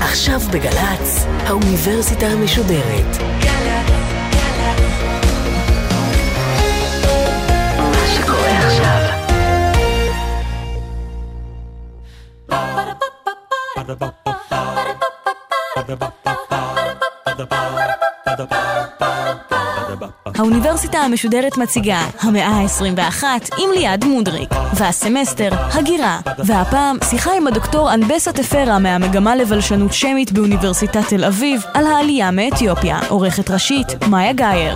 עכשיו בגלץ, האוניברסיטה המשודרת. מה שקורה עכשיו. האוניברסיטה המשודרת מציגה המאה ה-21 עם ליעד מודריק, והסמסטר הגירה, והפעם שיחה עם הדוקטור אנבסה תפרה מהמגמה לבלשנות שמית באוניברסיטת תל אביב על העלייה מאתיופיה. עורכת ראשית מאיה גייר.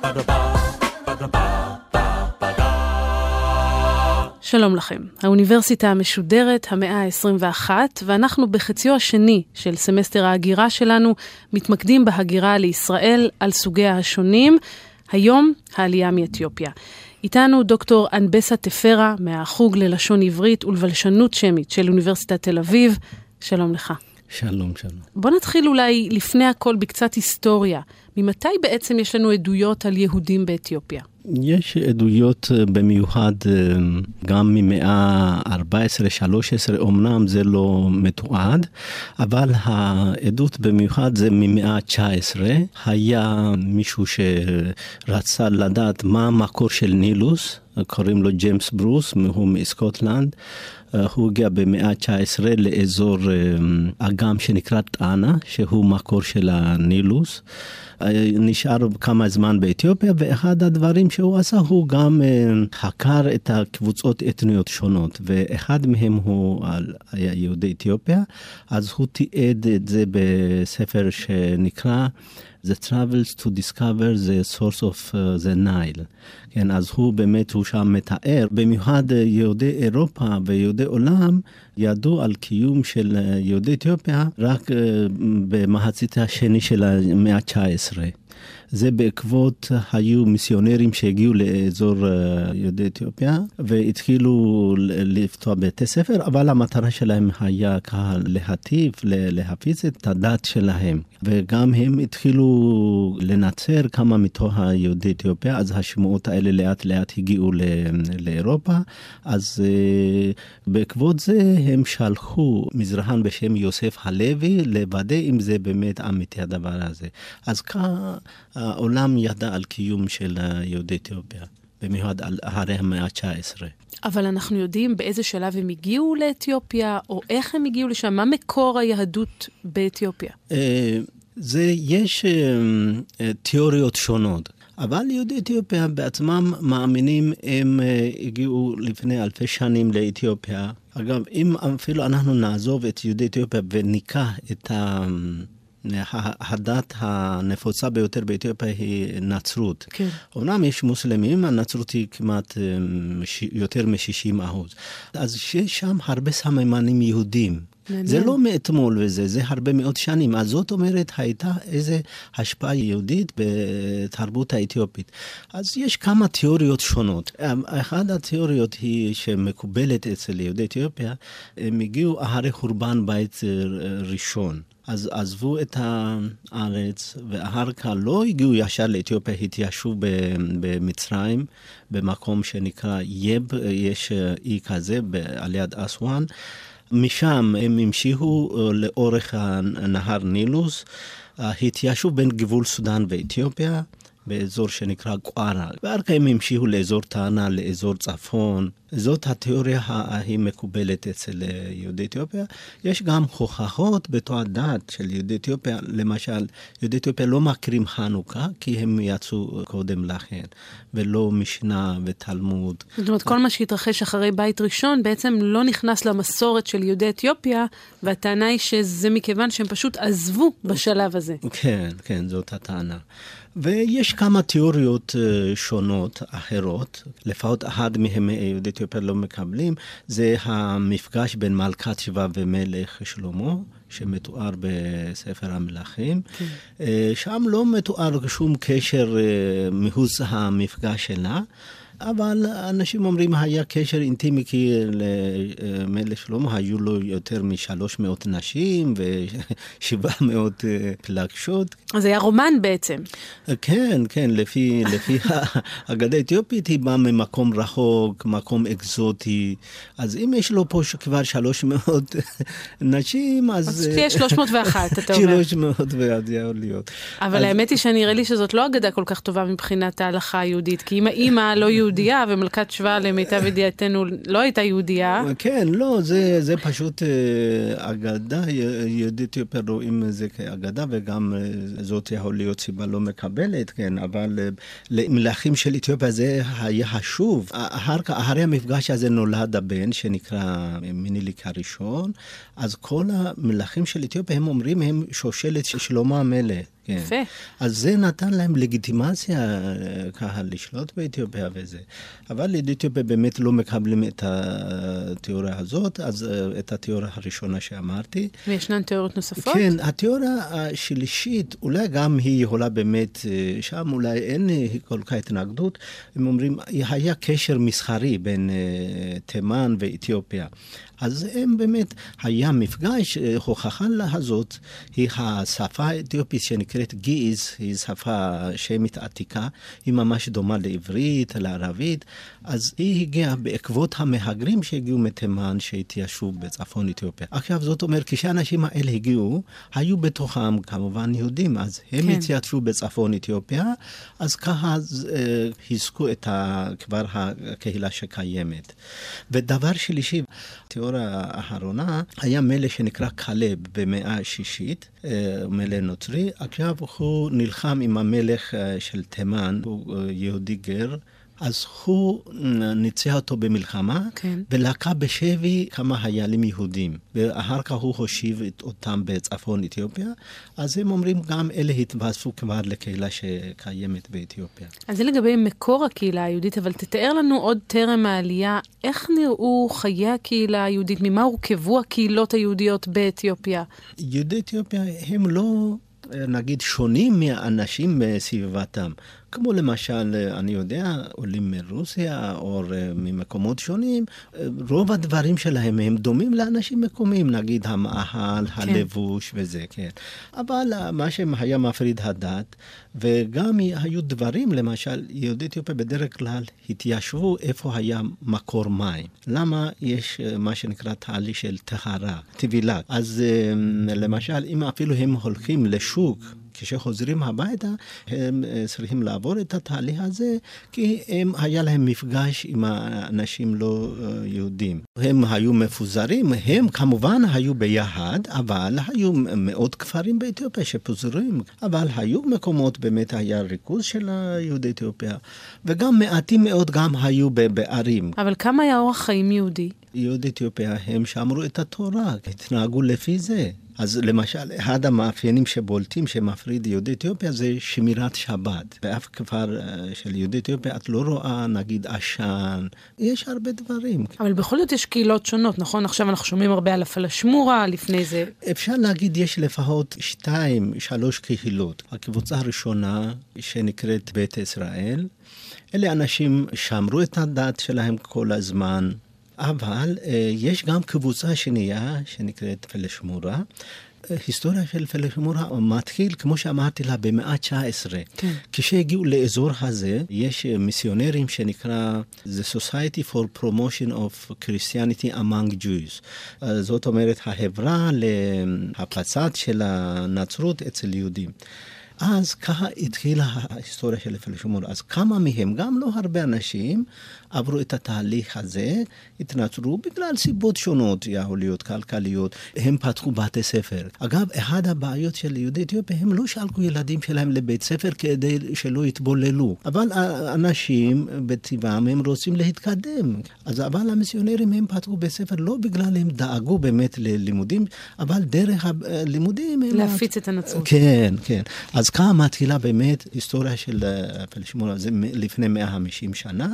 שלום לכם, האוניברסיטה המשודרת המאה ה-21, ואנחנו בחציו השני של סמסטר ההגירה שלנו מתמקדים בהגירה לישראל על סוגיה השונים. היום העלייה מאתיופיה. איתנו דוקטור אנבסה תפרה מהחוג ללשון עברית ולבלשנות שמית של אוניברסיטת תל אביב. שלום לך. שלום, שלום. בוא נתחיל אולי לפני הכל בקצת היסטוריה. ממתי בעצם יש לנו עדויות על יהודים באתיופיה? יש עדויות במיוחד גם ממאה ה-14-13, אמנם זה לא מתועד, אבל העדות במיוחד זה ממאה ה-19. היה מישהו שרצה לדעת מה המקור של נילוס, קוראים לו ג'יימס ברוס, הוא מסקוטלנד. הוא הגיע במאה ה-19 לאזור אגם שנקרא טאנה, שהוא מקור של הנילוס. נשאר כמה זמן באתיופיה, ואחד הדברים שהוא עשה, הוא גם חקר את הקבוצות אתניות שונות, ואחד מהם הוא היה יהודי אתיופיה, אז הוא תיעד את זה בספר שנקרא The Travels to Discover the Source of the Nile. כן, אז הוא באמת, הוא שם מתאר, במיוחד יהודי אירופה ויהודי עולם, ידעו על קיום של יהודי אתיופיה רק במחצית השני של המאה ה-19. זה בעקבות היו מיסיונרים שהגיעו לאזור יהודי אתיופיה, והתחילו לפתוח בתי ספר, אבל המטרה שלהם היה להטיף, להפיץ את הדת שלהם. וגם הם התחילו לנצר כמה מתוך היהודי אתיופיה, אז השמועות האלה לאט לאט הגיעו לאירופה, אז בעקבות זה הם שלחו מזרחן בשם יוסף הלוי, לוודא אם זה באמת אמיתי הדבר הזה. אז העולם ידע על קיום של יהודי אתיופיה, במיוחד אחרי המאה ה-19. אבל אנחנו יודעים באיזה שלב הם הגיעו לאתיופיה, או איך הם הגיעו לשם? מה מקור היהדות באתיופיה? יש תיאוריות שונות. אבל יהודי אתיופיה בעצמם מאמינים, הם הגיעו לפני אלפי שנים לאתיופיה. אגב, אם אפילו אנחנו נעזוב את יהודי אתיופיה וניקח את הדת הנפוצה ביותר באתיופיה היא נצרות. כן. אומנם יש מוסלמים, הנצרות היא כמעט יותר מ-60%. אז יש שם הרבה סממנים יהודים. זה לא מאתמול וזה, זה הרבה מאוד שנים. אז זאת אומרת, הייתה איזו השפעה יהודית בתרבות האתיופית. אז יש כמה תיאוריות שונות. אחת התיאוריות היא שמקובלת אצל יהודי אתיופיה, הם הגיעו אחרי חורבן בית ראשון. אז עזבו את הארץ, ואחר כך לא הגיעו ישר לאתיופיה, התיישבו במצרים, במקום שנקרא יב, יש אי כזה על יד אסואן. משם הם המשיכו לאורך הנהר נילוס, התיישבו בין גבול סודן ואתיופיה, באזור שנקרא קוארה. ואחר כך הם המשיכו לאזור טענה, לאזור צפון. זאת התיאוריה היא מקובלת אצל יהודי אתיופיה. יש גם הוכחות בתור הדת של יהודי אתיופיה. למשל, יהודי אתיופיה לא מכירים חנוכה, כי הם יצאו קודם לכן, ולא משנה ותלמוד. זאת אומרת, כל מה שהתרחש אחרי בית ראשון, בעצם לא נכנס למסורת של יהודי אתיופיה, והטענה היא שזה מכיוון שהם פשוט עזבו בשלב הזה. כן, כן, זאת הטענה. ויש כמה תיאוריות שונות אחרות, לפחות אחד מהם יהודי אתיופיה לא מקבלים, זה המפגש בין מלכת שבא ומלך שלמה, שמתואר בספר המלכים. שם לא מתואר שום קשר מחוץ המפגש שלה, אבל אנשים אומרים, היה קשר אינטימי, כי למלך שלמה היו לו יותר מ-300 נשים ו-700 פלגשות. אז היה רומן בעצם. כן, כן, לפי האגדה האתיופית היא באה ממקום רחוק, מקום אקזוטי, אז אם יש לו פה כבר 300 נשים, אז תהיה 301, אתה אומר. 301 זה יכול להיות. אבל האמת היא שנראה לי שזאת לא אגדה כל כך טובה מבחינת ההלכה היהודית, כי אם האמא לא יהודייה, ומלכת שבא למיטב ידיעתנו לא הייתה יהודייה. כן, לא, זה פשוט אגדה, יהודי אתיופיה רואים זה כאגדה, וגם זאת יכול להיות סיבה לא מקבלת, כן, אבל למלכים של אתיופיה זה היה חשוב. אחרי המפגש הזה נולד הבן, שנקרא מניליק הראשון, אז כל המלכים של אתיופיה הם אומרים, הם שושלת שלמה המלך. כן. יפה. אז זה נתן להם לגיטימציה ככה לשלוט באתיופיה וזה. אבל אתיופיה באמת לא מקבלים את התיאוריה הזאת, אז את התיאוריה הראשונה שאמרתי. וישנן תיאוריות נוספות? כן, התיאוריה השלישית, אולי גם היא יכולה באמת, שם אולי אין כל כך התנגדות, הם אומרים, היה קשר מסחרי בין תימן ואתיופיה. אז הם באמת, היה מפגש, הוכחה הזאת, היא השפה האתיופית שנקראת גיז, היא שפה שמית עתיקה, היא ממש דומה לעברית, לערבית, אז היא הגיעה בעקבות המהגרים שהגיעו מתימן, שהתיישבו בצפון אתיופיה. עכשיו זאת אומרת, כשאנשים האלה הגיעו, היו בתוכם כמובן יהודים, אז הם התיישבו בצפון אתיופיה, אז ככה הזכו את כבר הקהילה שקיימת. ודבר שלישי, התיאוריה האחרונה, היה מלך שנקרא קלב במאה השישית, מלך נוצרי. עכשיו הוא נלחם עם המלך של תימן, הוא יהודי גר, אז הוא ניצח אותו במלחמה, כן. ולקח בשבי כמה חיילים יהודים. ואחר כך הוא הושיב אותם בצפון אתיופיה, אז הם אומרים גם אלה התווספו כבר לקהילה שקיימת באתיופיה. אז זה לגבי מקור הקהילה היהודית, אבל תתאר לנו עוד טרם העלייה, איך נראו חיי הקהילה היהודית, ממה הורכבו הקהילות היהודיות באתיופיה? יהודי אתיופיה הם לא, נגיד, שונים מהאנשים בסביבתם. כמו למשל, אני יודע, עולים מרוסיה או ממקומות שונים, רוב הדברים שלהם הם דומים לאנשים מקומיים, נגיד המאכל, הלבוש וזה, כן. אבל מה שהיה מפריד הדת, וגם היו דברים, למשל, יהודי אתיופיה בדרך כלל התיישבו איפה היה מקור מים. למה יש מה שנקרא תהליך של טהרה, טבילה? אז למשל, אם אפילו הם הולכים לשוק, כשחוזרים הביתה, הם צריכים לעבור את התהליך הזה, כי היה להם מפגש עם האנשים לא יהודים. הם היו מפוזרים, הם כמובן היו ביחד, אבל היו מאות כפרים באתיופיה שפוזרים, אבל היו מקומות, באמת היה ריכוז של יהודי אתיופיה, וגם מעטים מאוד גם היו בערים. אבל כמה היה אורח חיים יהודי? יהודי אתיופיה, הם שמרו את התורה, התנהגו לפי זה. אז למשל, אחד המאפיינים שבולטים שמפריד יהודי אתיופיה זה שמירת שבת. באף כפר של יהודי אתיופיה את לא רואה, נגיד, עשן. יש הרבה דברים. אבל בכל זאת יש קהילות שונות, נכון? עכשיו אנחנו שומעים הרבה על הפלשמורה, לפני זה. אפשר להגיד, יש לפחות 2-3 קהילות. הקבוצה הראשונה שנקראת בית ישראל, אלה אנשים שמרו את הדת שלהם כל הזמן, אבל יש גם קבוצה שנייה שנקראת פלשמורה. היסטוריה של פלשמורה מתחיל, כמו שאמרתי לה, במאה ה-19. כן. כשהגיעו לאזור הזה, יש מיסיונרים שנקרא The Society for Promotion of Christianity Among Jews. זאת אומרת, החברה להפצת של הנצרות אצל יהודים. אז ככה התחילה ההיסטוריה של פלשמורה. אז כמה מהם, גם לא הרבה אנשים, עברו את התהליך הזה, התנצרו בגלל סיבות שונות, יכול להיות כלכליות, הם פתחו בתי ספר. אגב, אחד הבעיות של יהודי אתיופיה, הם לא שלחו ילדים שלהם לבית ספר כדי שלא יתבוללו. אבל האנשים בטבעם הם רוצים להתקדם. אז אבל המיסיונרים הם פתחו בית ספר לא בגלל הם דאגו באמת ללימודים, אבל דרך הלימודים הם... להפיץ את הנצרות. כן, כן. אז כמה מתחילה באמת היסטוריה של פלשמורה, זה לפני 150 שנה,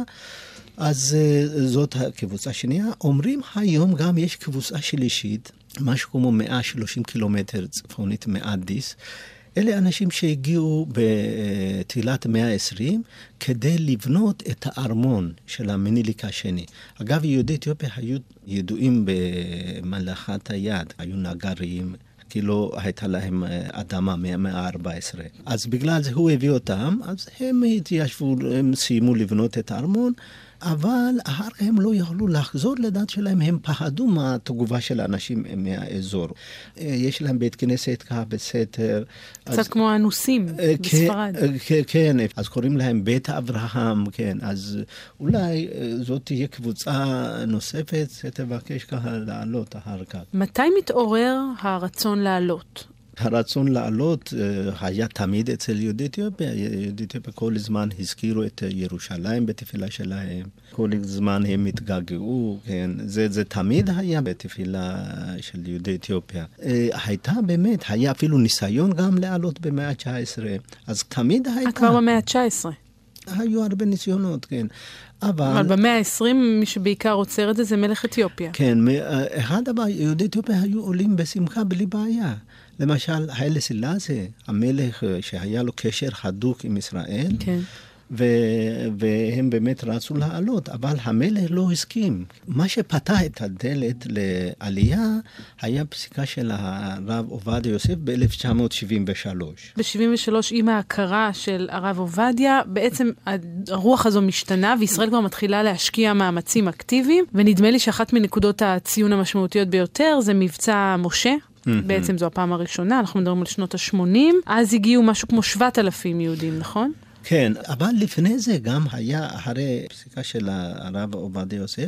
אז זאת הקבוצה השנייה. אומרים היום גם יש קבוצה שלישית, משהו כמו 130 קילומטר צפונית מאדיס, אלה אנשים שהגיעו בתחילת המאה ה-20 כדי לבנות את הארמון של המניליק השני. אגב, יהודי אתיופיה היו ידועים במלאכת היד, היו נגרים, כאילו הייתה להם אדמה מהמאה ה-14. אז בגלל זה הוא הביא אותם, אז הם התיישבו, הם סיימו לבנות את הארמון, אבל אחר כך הם לא יכלו לחזור לדת שלהם, הם פחדו מהתגובה של האנשים מהאזור. יש להם בית כנסת ככה בסתר. קצת כמו האנוסים בספרד. כן, אז קוראים להם בית אברהם, כן, אז אולי זאת תהיה קבוצה נוספת שתבקש ככה לעלות אחר כך. מתי מתעורר הרצון לעלות? הרצון לעלות היה תמיד אצל יהודי אתיופיה. יהודי אתיופיה כל הזמן הזכירו את ירושלים בתפילה שלהם. כל הזמן הם התגעגעו, כן. זה תמיד היה בתפילה של יהודי אתיופיה. הייתה באמת, היה אפילו ניסיון גם לעלות במאה ה-19. אז תמיד הייתה. כבר במאה ה-19. היו הרבה ניסיונות, כן. אבל במאה ה-20 מי שבעיקר עוצר את זה מלך אתיופיה. כן, אחד הבא, יהודי אתיופיה היו עולים בשמחה בלי בעיה. למשל, היילה סילאסי, המלך שהיה לו קשר הדוק עם ישראל, כן. והם באמת רצו לעלות, אבל המלך לא הסכים. מה שפתח את הדלת לעלייה היה פסיקה של הרב עובדיה יוסף ב-1973. ב-73 עם ההכרה של הרב עובדיה, בעצם הרוח הזו משתנה, וישראל כבר מתחילה להשקיע מאמצים אקטיביים, ונדמה לי שאחת מנקודות הציון המשמעותיות ביותר זה מבצע משה, בעצם זו הפעם הראשונה, אנחנו מדברים על שנות ה-80, אז הגיעו משהו כמו 7,000 יהודים, נכון? כן, אבל לפני זה גם היה אחרי פסיקה של הרב עובדיה יוסף,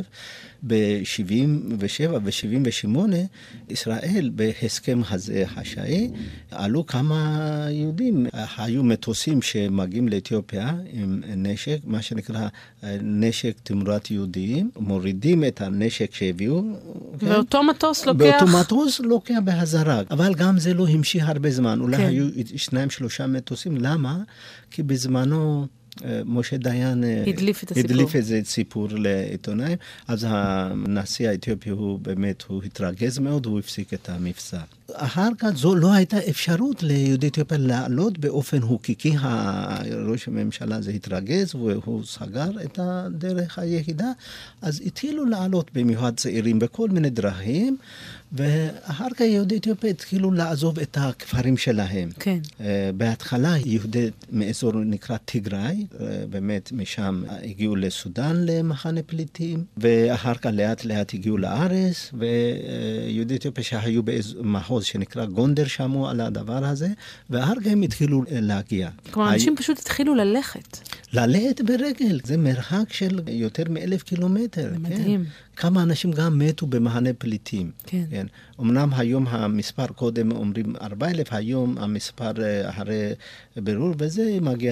ב-77 ו-78, ישראל בהסכם הזה השעי, עלו כמה יהודים. היו מטוסים שמגיעים לאתיופיה עם נשק, מה שנקרא נשק תמורת יהודים, מורידים את הנשק שהביאו. ואותו מטוס לוקח... באותו מטוס לוקח בהזרה, אבל גם זה לא המשיך הרבה זמן. אולי היו 2-3 מטוסים. למה? כי בזמנו... משה דיין הדליף איזה סיפור לעיתונאים, אז הנשיא האתיופי הוא באמת, הוא התרגז מאוד, הוא הפסיק את המבצע. אחר כך זו לא הייתה אפשרות ליהודי אתיופיה לעלות באופן חוקי, ראש הממשלה זה התרגז והוא סגר את הדרך היחידה, אז התחילו לעלות במיוחד צעירים בכל מיני דרכים, ואחר כך יהודי אתיופיה התחילו לעזוב את הכפרים שלהם. כן. בהתחלה יהודי מאזור נקרא טיגריי, באמת משם הגיעו לסודן למחנה פליטים, ואחר כך לאט לאט הגיעו לארץ, ויהודי אתיופיה שהיו במחוז שנקרא גונדר שמעו על הדבר הזה, ואחר כך הם התחילו להגיע. כלומר, אנשים פשוט התחילו ללכת. ללכת ברגל, זה מרחק של יותר מ1,000 קילומטר. זה מדהים. כן. כמה אנשים גם מתו במחנה פליטים. כן. כן. אמנם היום המספר קודם אומרים 4,000, היום המספר אחרי ברור, וזה מגיע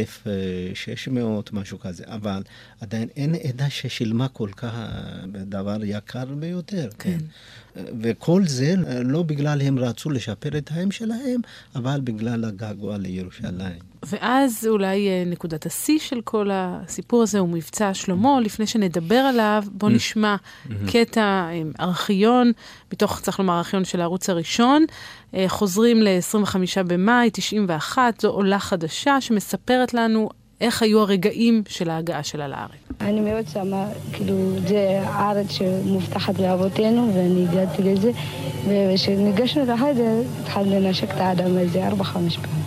ל1,600, משהו כזה. אבל עדיין אין עדה ששילמה כל כך דבר יקר ביותר. כן. וכל זה לא בגלל הם רצו לשפר את החיים שלהם, אבל בגלל הגעגוע לירושלים. ואז אולי נקודת השיא של כל הסיפור הזה הוא מבצע שלמה. לפני שנדבר עליו, בוא נשמע קטע ארכיון, מתוך, צריך לומר, ארכיון של הערוץ הראשון. חוזרים ל-25 במאי 91, זו עולה חדשה שמספרת לנו איך היו הרגעים של ההגעה שלה לארץ. אני מאוד שמה, כאילו, זה הארץ שמובטחת לאבותינו, ואני הגעתי לזה, וכשניגשנו לחדר, התחלנו לנשק את האדם הזה 4-5 פעמים.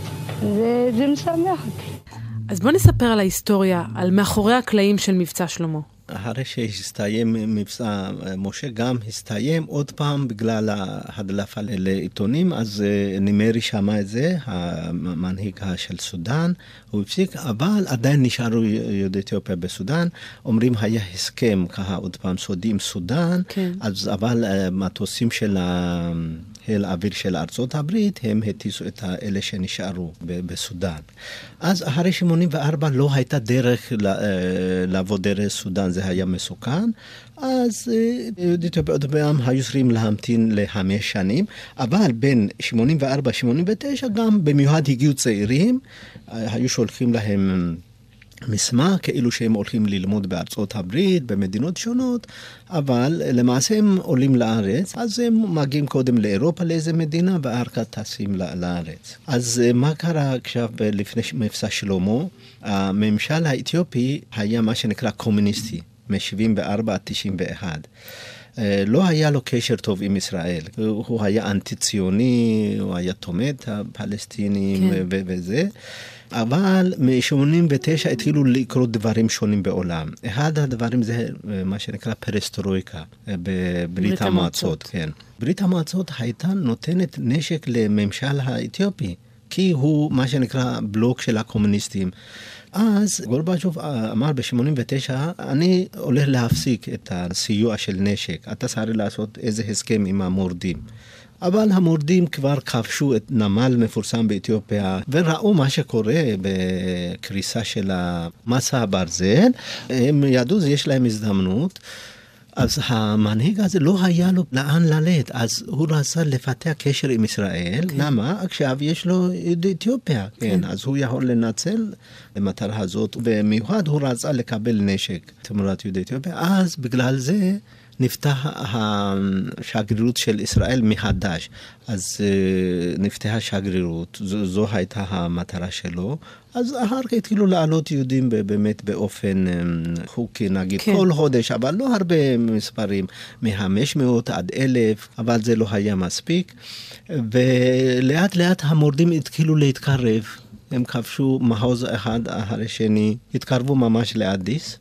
זה משמח אותי. אז בוא נספר על ההיסטוריה, על מאחורי הקלעים של מבצע שלמה. אחרי שהסתיים מבצע משה גם הסתיים עוד פעם בגלל ההדלפה לעיתונים, אז נימרי שמע את זה, המנהיג של סודן, הוא הפסיק, אבל עדיין נשארו יהודי אתיופיה בסודן, אומרים היה הסכם ככה עוד פעם סודי עם סודן, כן. אז אבל מטוסים של חיל האוויר של ארצות הברית, הם הטיסו את אלה שנשארו בסודן. אז אחרי 84 לא הייתה דרך לעבוד דרך סודן, זה היה מסוכן, אז יהודי אתיופיה עוד פעם היו צריכים להמתין ל5 שנים, אבל בין 84-89 גם במיוחד הגיעו צעירים, היו שולחים להם מסמך, כאילו שהם הולכים ללמוד בארצות הברית, במדינות שונות, אבל למעשה הם עולים לארץ, אז הם מגיעים קודם לאירופה לאיזה מדינה, ואחר כך טסים לארץ. אז מה קרה עכשיו לפני מבצע שלמה? הממשל האתיופי היה מה שנקרא קומוניסטי, מ-74 עד 91. לא היה לו קשר טוב עם ישראל. הוא היה אנטי-ציוני, הוא היה תומד הפלסטינים וזה. אבל מ-89 התחילו לקרות דברים שונים בעולם. אחד הדברים זה מה שנקרא פרסטרויקה בברית המועצות. כן. ברית המועצות הייתה נותנת נשק לממשל האתיופי, כי הוא מה שנקרא בלוק של הקומוניסטים. אז גורבצ'וב אמר ב-89, אני הולך להפסיק את הסיוע של נשק. אתה צריך לעשות איזה הסכם עם המורדים. אבל המורדים כבר כבשו את נמל מפורסם באתיופיה, וראו מה שקורה בקריסה של המסע הברזל. הם ידעו, יש להם הזדמנות. אז המנהיג הזה לא היה לו לאן ללכת, אז הוא רצה לפתח קשר עם ישראל. כן. למה? עכשיו יש לו יהודי אתיופיה, כן. אז הוא יכול לנצל למטרה הזאת, במיוחד הוא רצה לקבל נשק תמורת יהודי אתיופיה, אז בגלל זה נפתח השגרירות של ישראל מחדש. אז נפתחה השגרירות, זו הייתה המטרה שלו. אז אחר כך התחילו לעלות יהודים באמת באופן חוקי, נגיד כן. כל חודש, אבל לא הרבה מספרים, מ-500 עד 1,000, אבל זה לא היה מספיק. ולאט לאט המורדים התחילו להתקרב. הם כבשו מחוז אחד אחרי שני, התקרבו ממש לאדיס.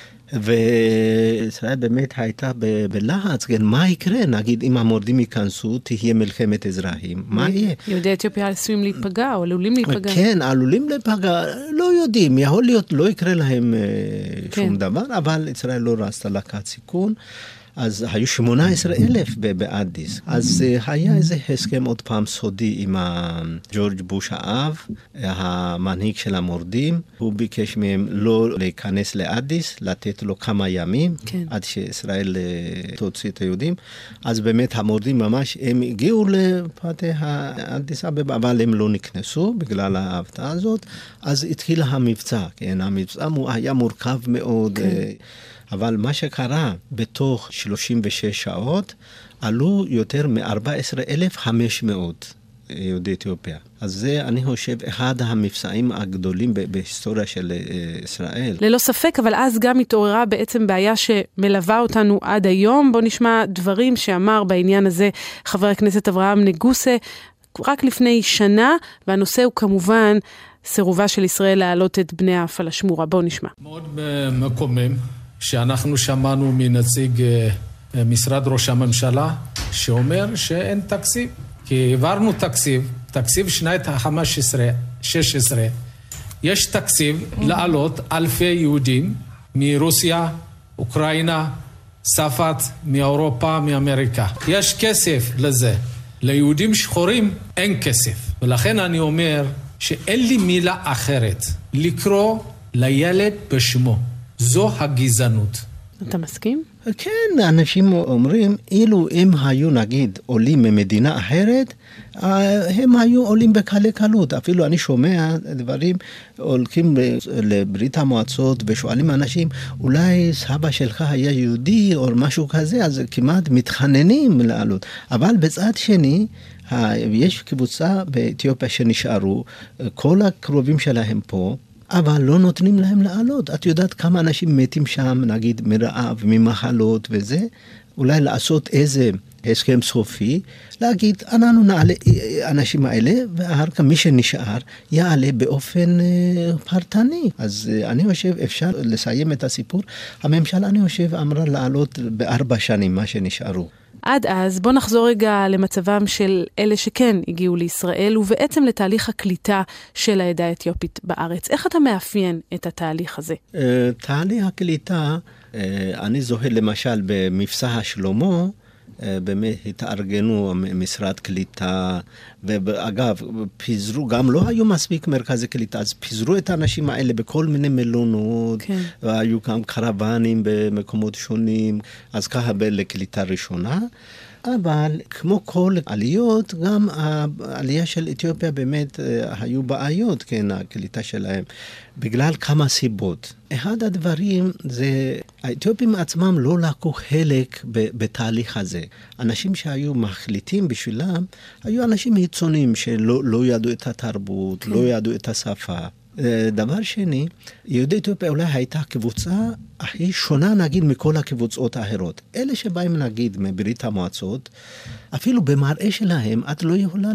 וישראל באמת הייתה בלחץ, כן, מה יקרה? נגיד, אם המורדים ייכנסו, תהיה מלחמת אזרחים. מה יהיה? יהודי אתיופיה עשויים להיפגע, או עלולים להיפגע. כן, עלולים להיפגע, לא יודעים, יכול להיות, לא יקרה להם שום דבר, אבל ישראל לא רצתה לקחת סיכון. אז היו 18,000 באדיס. אז היה איזה הסכם עוד פעם סודי עם ג'ורג' בוש האב, המנהיג של המורדים. הוא ביקש מהם לא להיכנס לאדיס, לתת לו כמה ימים, כן. עד שישראל תוציא את היהודים. אז באמת המורדים ממש, הם הגיעו לפאתי האדיס אבבה, אבל הם לא נכנסו בגלל ההפתעה הזאת. אז התחיל המבצע, כן? המבצע היה מורכב מאוד. כן. אבל מה שקרה, בתוך 36 שעות, עלו יותר מ-14,500 יהודי אתיופיה. אז זה, אני חושב, אחד המבצעים הגדולים בהיסטוריה של ישראל. ללא ספק, אבל אז גם התעוררה בעצם בעיה שמלווה אותנו עד היום. בוא נשמע דברים שאמר בעניין הזה חבר הכנסת אברהם נגוסה, רק לפני שנה, והנושא הוא כמובן סירובה של ישראל להעלות את בני הפלשמורה. בוא נשמע. מאוד מקומם. שאנחנו שמענו מנציג משרד ראש הממשלה, שאומר שאין תקציב. כי העברנו תקציב שנת ה-15-16, יש תקציב לעלות אלפי יהודים מרוסיה, אוקראינה, צרפת, מאירופה, מאמריקה. יש כסף לזה. ליהודים שחורים אין כסף. ולכן אני אומר שאין לי מילה אחרת. לקרוא לילד בשמו. זו הגזענות. אתה מסכים? כן, אנשים אומרים, אילו הם היו נגיד עולים ממדינה אחרת, הם היו עולים בקלי קלות. אפילו אני שומע דברים, הולכים לברית המועצות ושואלים אנשים, אולי סבא שלך היה יהודי או משהו כזה, אז כמעט מתחננים לעלות. אבל בצד שני, יש קבוצה באתיופיה שנשארו, כל הקרובים שלהם פה, אבל לא נותנים להם לעלות. את יודעת כמה אנשים מתים שם, נגיד מרעב, ממחלות וזה, אולי לעשות איזה הסכם סופי, להגיד, אנחנו נעלה אנשים האלה, ואחר כך מי שנשאר יעלה באופן פרטני. אז אני חושב, אפשר לסיים את הסיפור. הממשלה, אני חושב, אמרה לעלות ב4 שנים, מה שנשארו. עד אז בוא נחזור רגע למצבם של אלה שכן הגיעו לישראל, ובעצם לתהליך הקליטה של העדה האתיופית בארץ. איך אתה מאפיין את התהליך הזה? תהליך הקליטה, אני זוכר למשל במבצע השלמה, באמת התארגנו משרד קליטה, ואגב, פיזרו, גם לא היו מספיק מרכזי קליטה, אז פיזרו את האנשים האלה בכל מיני מלונות, כן. והיו גם קרוונים במקומות שונים, אז ככה לקליטה ראשונה. אבל כמו כל עליות, גם העלייה של אתיופיה באמת היו בעיות, כן, הקליטה שלהם, בגלל כמה סיבות. אחד הדברים זה, האתיופים עצמם לא לקחו חלק בתהליך הזה. אנשים שהיו מחליטים בשבילם, היו אנשים חיצוניים שלא ידעו את התרבות, לא ידעו את השפה. דבר שני, יהודי אתיופיה אולי הייתה קבוצה הכי שונה נגיד מכל הקבוצות האחרות. אלה שבאים נגיד מברית המועצות, אפילו במראה שלהם את לא יכולה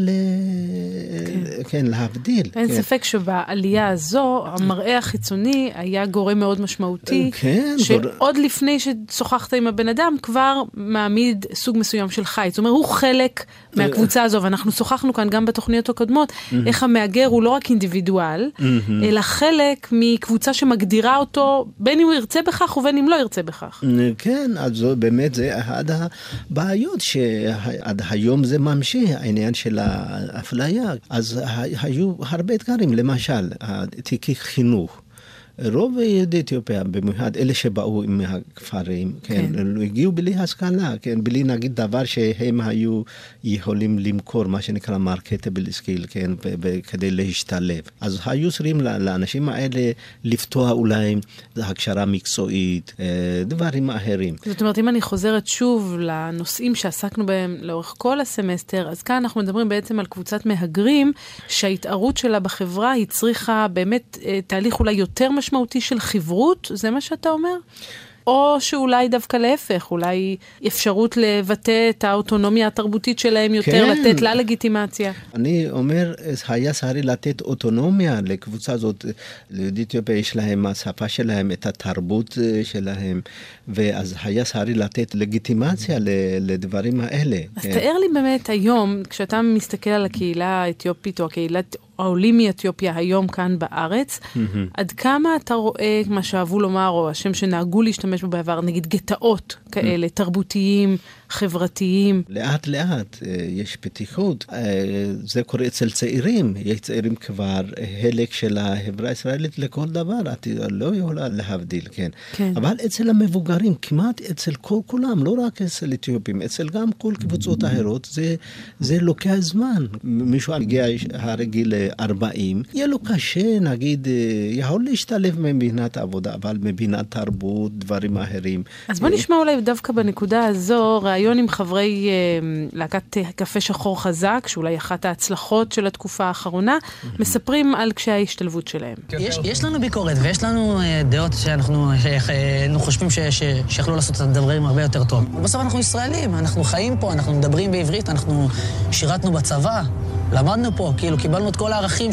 כן, להבדיל. אין כן. ספק שבעלייה הזו, המראה החיצוני היה גורם מאוד משמעותי, כן, שעוד לפני ששוחחת עם הבן אדם, כבר מעמיד סוג מסוים של חיץ. זאת אומרת, הוא חלק מהקבוצה הזו, ואנחנו שוחחנו כאן גם בתוכניות הקודמות, איך המאגר הוא לא רק אינדיבידואל, אלא חלק מקבוצה שמגדירה אותו, בין אם הוא ירצה בכך ובין אם לא ירצה בכך. כן, אז באמת זה אחד הבעיות שעד היום זה ממשיך, העניין של האפליה. אז היו הרבה אתגרים, למשל, תיקי חינוך. רוב יהודי אתיופיה, במיוחד אלה שבאו מהכפרים, כן, הגיעו בלי השכלה, כן, בלי נגיד דבר שהם היו יכולים למכור, מה שנקרא marketable skill, כן, כדי להשתלב. אז היו צריכים לאנשים האלה לפתוח אולי הכשרה מקצועית, דברים אחרים. זאת אומרת, אם אני חוזרת שוב לנושאים שעסקנו בהם לאורך כל הסמסטר, אז כאן אנחנו מדברים בעצם על קבוצת מהגרים, שההתערות שלה בחברה הצריכה באמת תהליך אולי יותר משמעותי של חברות, זה מה שאתה אומר? או שאולי דווקא להפך, אולי אפשרות לבטא את האוטונומיה התרבותית שלהם יותר, כן. לתת לה לגיטימציה. אני אומר, היה צריך לתת אוטונומיה לקבוצה הזאת. ליהודי אתיופיה יש להם השפה שלהם, את התרבות שלהם, ואז היה צריך לתת לגיטימציה לדברים האלה. אז תאר לי באמת היום, כשאתה מסתכל על הקהילה האתיופית, או הקהילת העולים מאתיופיה היום כאן בארץ, עד כמה אתה רואה מה שאהבו לומר, או השם שנהגו להשתמש בו בעבר, נגיד גטאות כאלה, תרבותיים, חברתיים? לאט לאט יש פתיחות. זה קורה אצל צעירים. יש צעירים כבר חלק של החברה הישראלית לכל דבר. את לא יכולה להבדיל, כן. אבל אצל המבוגרים, כמעט אצל כולם, לא רק אצל אתיופים, אצל גם כל קבוצות אחרות, זה לוקח זמן. מישהו הגיע הרגיל 40, יהיה לו קשה, נגיד, יכול להשתלב מבחינת העבודה, אבל מבחינת תרבות, דברים אחרים. אז בוא נשמע אולי דווקא בנקודה הזו, ראיון עם חברי להקת קפה שחור חזק, שאולי אחת ההצלחות של התקופה האחרונה, מספרים על קשיי ההשתלבות שלהם. יש לנו ביקורת, ויש לנו דעות שאנחנו חושבים שיכולו לעשות את הדברים הרבה יותר טוב. בסוף אנחנו ישראלים, אנחנו חיים פה, אנחנו מדברים בעברית, אנחנו שירתנו בצבא, למדנו פה, כאילו קיבלנו את כל הערכים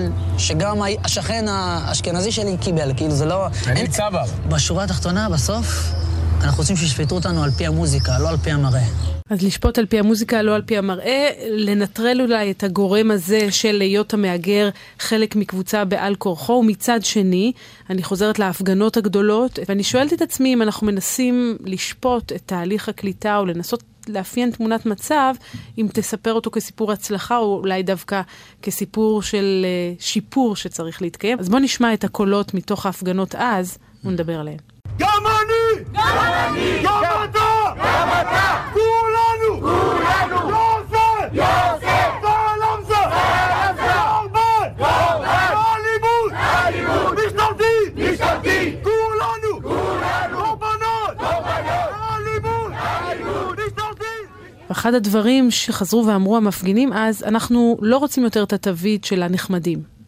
שגם השכן האשכנזי שלי קיבל, כאילו זה לא... אני צבא. בשורה התחתונה, בסוף, אנחנו רוצים שישפטו אותנו על פי המוזיקה, לא על פי המראה. אז לשפוט על פי המוזיקה, לא על פי המראה, לנטרל אולי את הגורם הזה של להיות המאגר חלק מקבוצה בעל כורחו, ומצד שני, אני חוזרת להפגנות הגדולות, ואני שואלת את עצמי אם אנחנו מנסים לשפוט את תהליך הקליטה, או לנסות לאפיין תמונת מצב, אם תספר אותו כסיפור הצלחה, או אולי דווקא כסיפור של שיפור שצריך להתקיים. אז בוא נשמע את הקולות מתוך ההפגנות אז, ונדבר עליהן. גם אני! גם אני! גם אתה! גם אתה! כולנו! כולנו! יוסף! יוסף! סלאם זה! סלאם זה! קורבן! קורבן! אלימות! אלימות! משתלטים! משתלטים! כולנו! כולנו! קורבנות! קורבנות! אלימות! אלימות! משתלטים! ואחד הדברים שחזרו ואמרו המפגינים אז, אנחנו לא רוצים יותר את התווית של הנחמדים.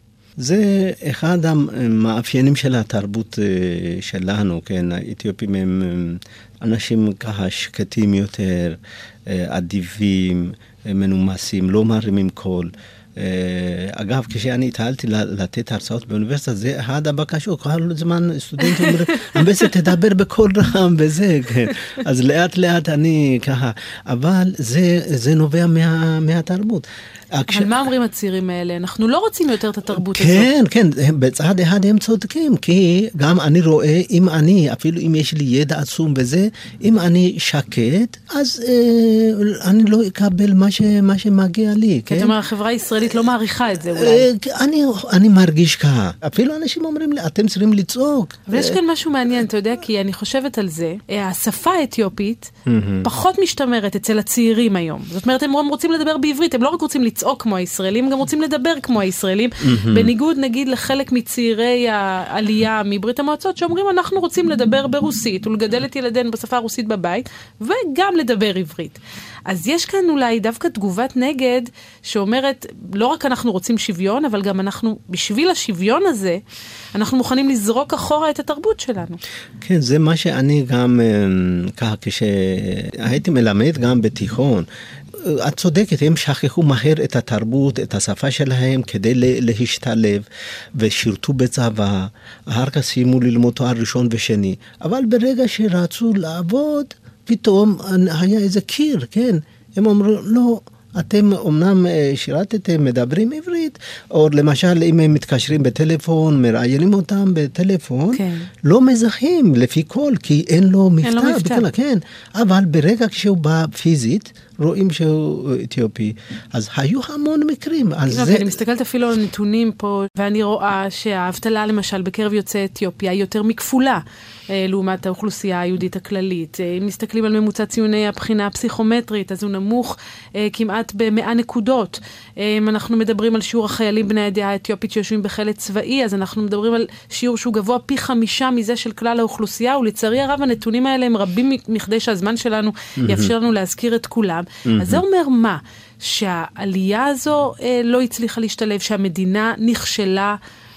זה אחד המאפיינים של התרבות שלנו, כן, האתיופים הם אנשים ככה שקטים יותר, אדיבים, מנומסים, לא מרימים קול. אגב, כשאני התחלתי לתת הרצאות באוניברסיטה, זה אחד הבקשות, כל הזמן סטודנטים אומרים, אמבסה תדבר בכל רם וזה, כן. אז לאט לאט אני ככה, אבל זה נובע מהתרבות. אבל מה אומרים הצעירים האלה? אנחנו לא רוצים יותר את התרבות הזאת. כן, כן, בצד אחד הם צודקים, כי גם אני רואה, אם אני, אפילו אם יש לי ידע עצום בזה, אם אני שקט, אז אני לא אקבל מה שמגיע לי. כי אתה אומר, החברה הישראלית לא מעריכה את זה אולי. אני מרגיש ככה. אפילו אנשים אומרים לי, אתם צריכים לצעוק. אבל יש כאן משהו מעניין, אתה יודע, כי אני חושבת על זה, השפה האתיופית פחות משתמרת אצל הצעירים היום. זאת אומרת, הם רוצים לדבר בעברית, הם לא רק רוצים לצעוק כמו הישראלים, הם גם רוצים לדבר כמו הישראלים, בניגוד נגיד לחלק מצעירי העלייה מברית המועצות, שאומרים אנחנו רוצים לדבר ברוסית, ולגדל את ילדינו בשפה הרוסית בבית, וגם לדבר עברית. אז יש כאן אולי דווקא תגובת נגד, שאומרת, לא רק אנחנו רוצים שוויון, אבל גם אנחנו, בשביל השוויון הזה, אנחנו מוכנים לזרוק אחורה את התרבות שלנו. כן, זה מה שאני גם, ככה, כשהייתי מלמד גם בתיכון, את צודקת, הם שכחו מהר את התרבות, את השפה שלהם, כדי להשתלב, ושירתו בצבא, אחר כך סיימו ללמוד תואר ראשון ושני, אבל ברגע שרצו לעבוד, פתאום היה איזה קיר, כן? הם אומרים, לא, אתם אומנם שירתתם, מדברים עברית, או למשל אם הם מתקשרים בטלפון, מראיינים אותם בטלפון, כן. לא מזהים לפי כל, כי אין לו מבטא. כן. אבל ברגע כשהוא בא פיזית, רואים שהוא אתיופי. אז היו המון מקרים. אני מסתכלת אפילו על נתונים פה, ואני רואה שהאבטלה למשל בקרב יוצאי אתיופיה היא יותר מכפולה, לעומת האוכלוסייה היהודית הכללית. אם מסתכלים על ממוצע ציוני הבחינה הפסיכומטרית, אז הוא נמוך כמעט ב100 נקודות. אם אנחנו מדברים על שיעור החיילים בני העדה האתיופית שיושבים בחלק צבאי, אז אנחנו מדברים על שיעור שהוא גבוה פי 5 מזה של כלל האוכלוסייה, ולצערי הרב הנתונים האלה הם רבים מכדי שהזמן שלנו יאפשר לנו להזכיר את כולם. אז זה אומר מה? שהעלייה הזו לא הצליחה להשתלב, שהמדינה נכשלה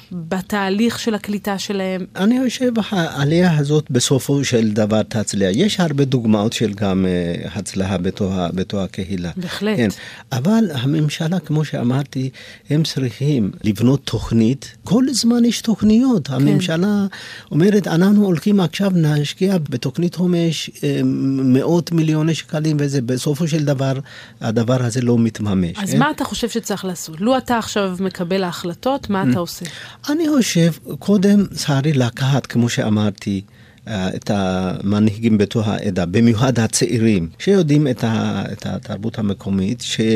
בתהליך של הקליטה שלהם. אני חושב העלייה הזאת בסופו של דבר תצליח. יש הרבה דוגמאות של גם הצלחה בתוך הקהילה. בהחלט. כן. אבל הממשלה, כמו שאמרתי, הם צריכים לבנות תוכנית. כל זמן יש תוכניות. כן. הממשלה אומרת, אנחנו הולכים עכשיו להשקיע בתוכנית חומש מאות מיליוני שקלים, וזה בסופו של דבר, הדבר הזה לא מתממש. אז מה אתה חושב שצריך לעשות? לו אתה עכשיו מקבל ההחלטות, מה אתה עושה? אני חושב, קודם צריך לקחת, כמו שאמרתי, את המנהיגים בתוך העדה, במיוחד הצעירים, שיודעים את התרבות המקומית,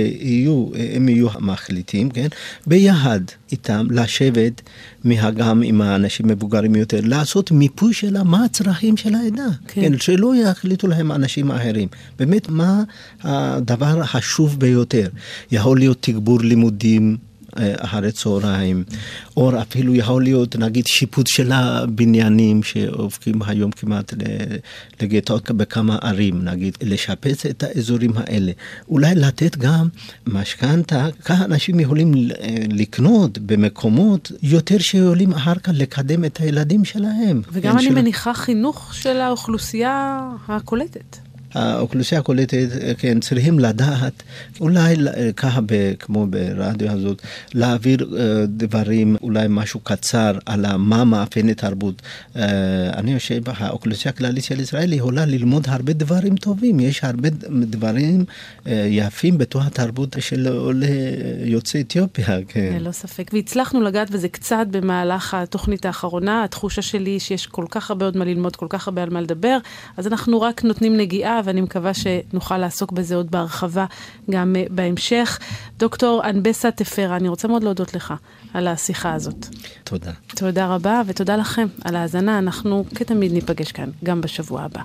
שהם יהיו מחליטים, כן? ביחד איתם לשבת גם עם האנשים מבוגרים יותר, לעשות מיפוי של מה הצרכים של העדה, כן? שלא יחליטו להם אנשים אחרים. באמת, מה הדבר החשוב ביותר? יכול להיות תגבור לימודים, אחרי צהריים, או אפילו יכול להיות, נגיד, שיפוץ של הבניינים שהופכים היום כמעט לגטאות בכמה ערים, נגיד, לשפץ את האזורים האלה. אולי לתת גם משכנתה, ככה אנשים יכולים לקנות במקומות יותר שיכולים אחר כך לקדם את הילדים שלהם. וגם אני מניחה חינוך של האוכלוסייה הקולטת. האוכלוסייה הקולטת, כן, צריכים לדעת, אולי ככה כמו ברדיו הזאת, להעביר דברים, אולי משהו קצר על מה מאפיין תרבות. אני חושב, האוכלוסייה הכללית של ישראל יכולה ללמוד הרבה דברים טובים, יש הרבה דברים יפים בתוך התרבות של יוצאי אתיופיה. כן. לא ספק, והצלחנו לגעת בזה קצת במהלך התוכנית האחרונה, התחושה שלי שיש כל כך הרבה עוד מה ללמוד, כל כך הרבה על מה לדבר, אז אנחנו רק נותנים נגיעה, ואני מקווה שנוכל לעסוק בזה עוד בהרחבה גם בהמשך. דוקטור אנבסה תפרה, אני רוצה מאוד להודות לך על השיחה הזאת. תודה. תודה רבה, ותודה לכם על ההאזנה. אנחנו כתמיד ניפגש כאן, גם בשבוע הבא.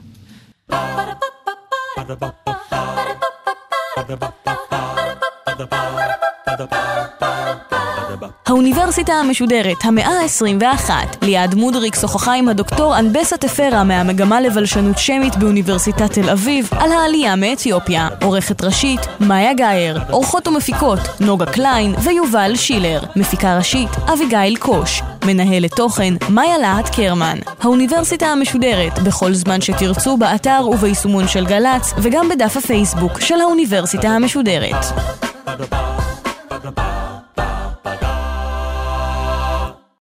האוניברסיטה המשודרת, המאה ה-21. ליעד מודריק שוחחה עם הדוקטור אנבסה תפרה מהמגמה לבלשנות שמית באוניברסיטת תל אביב על העלייה מאתיופיה. עורכת ראשית, מאיה גייר. עורכות ומפיקות, נוגה קליין ויובל שילר. מפיקה ראשית, אביגיל קוש. מנהלת תוכן, מאיה להט קרמן. האוניברסיטה המשודרת, בכל זמן שתרצו באתר וביישומון של גלץ, וגם בדף הפייסבוק של האוניברסיטה המשודרת.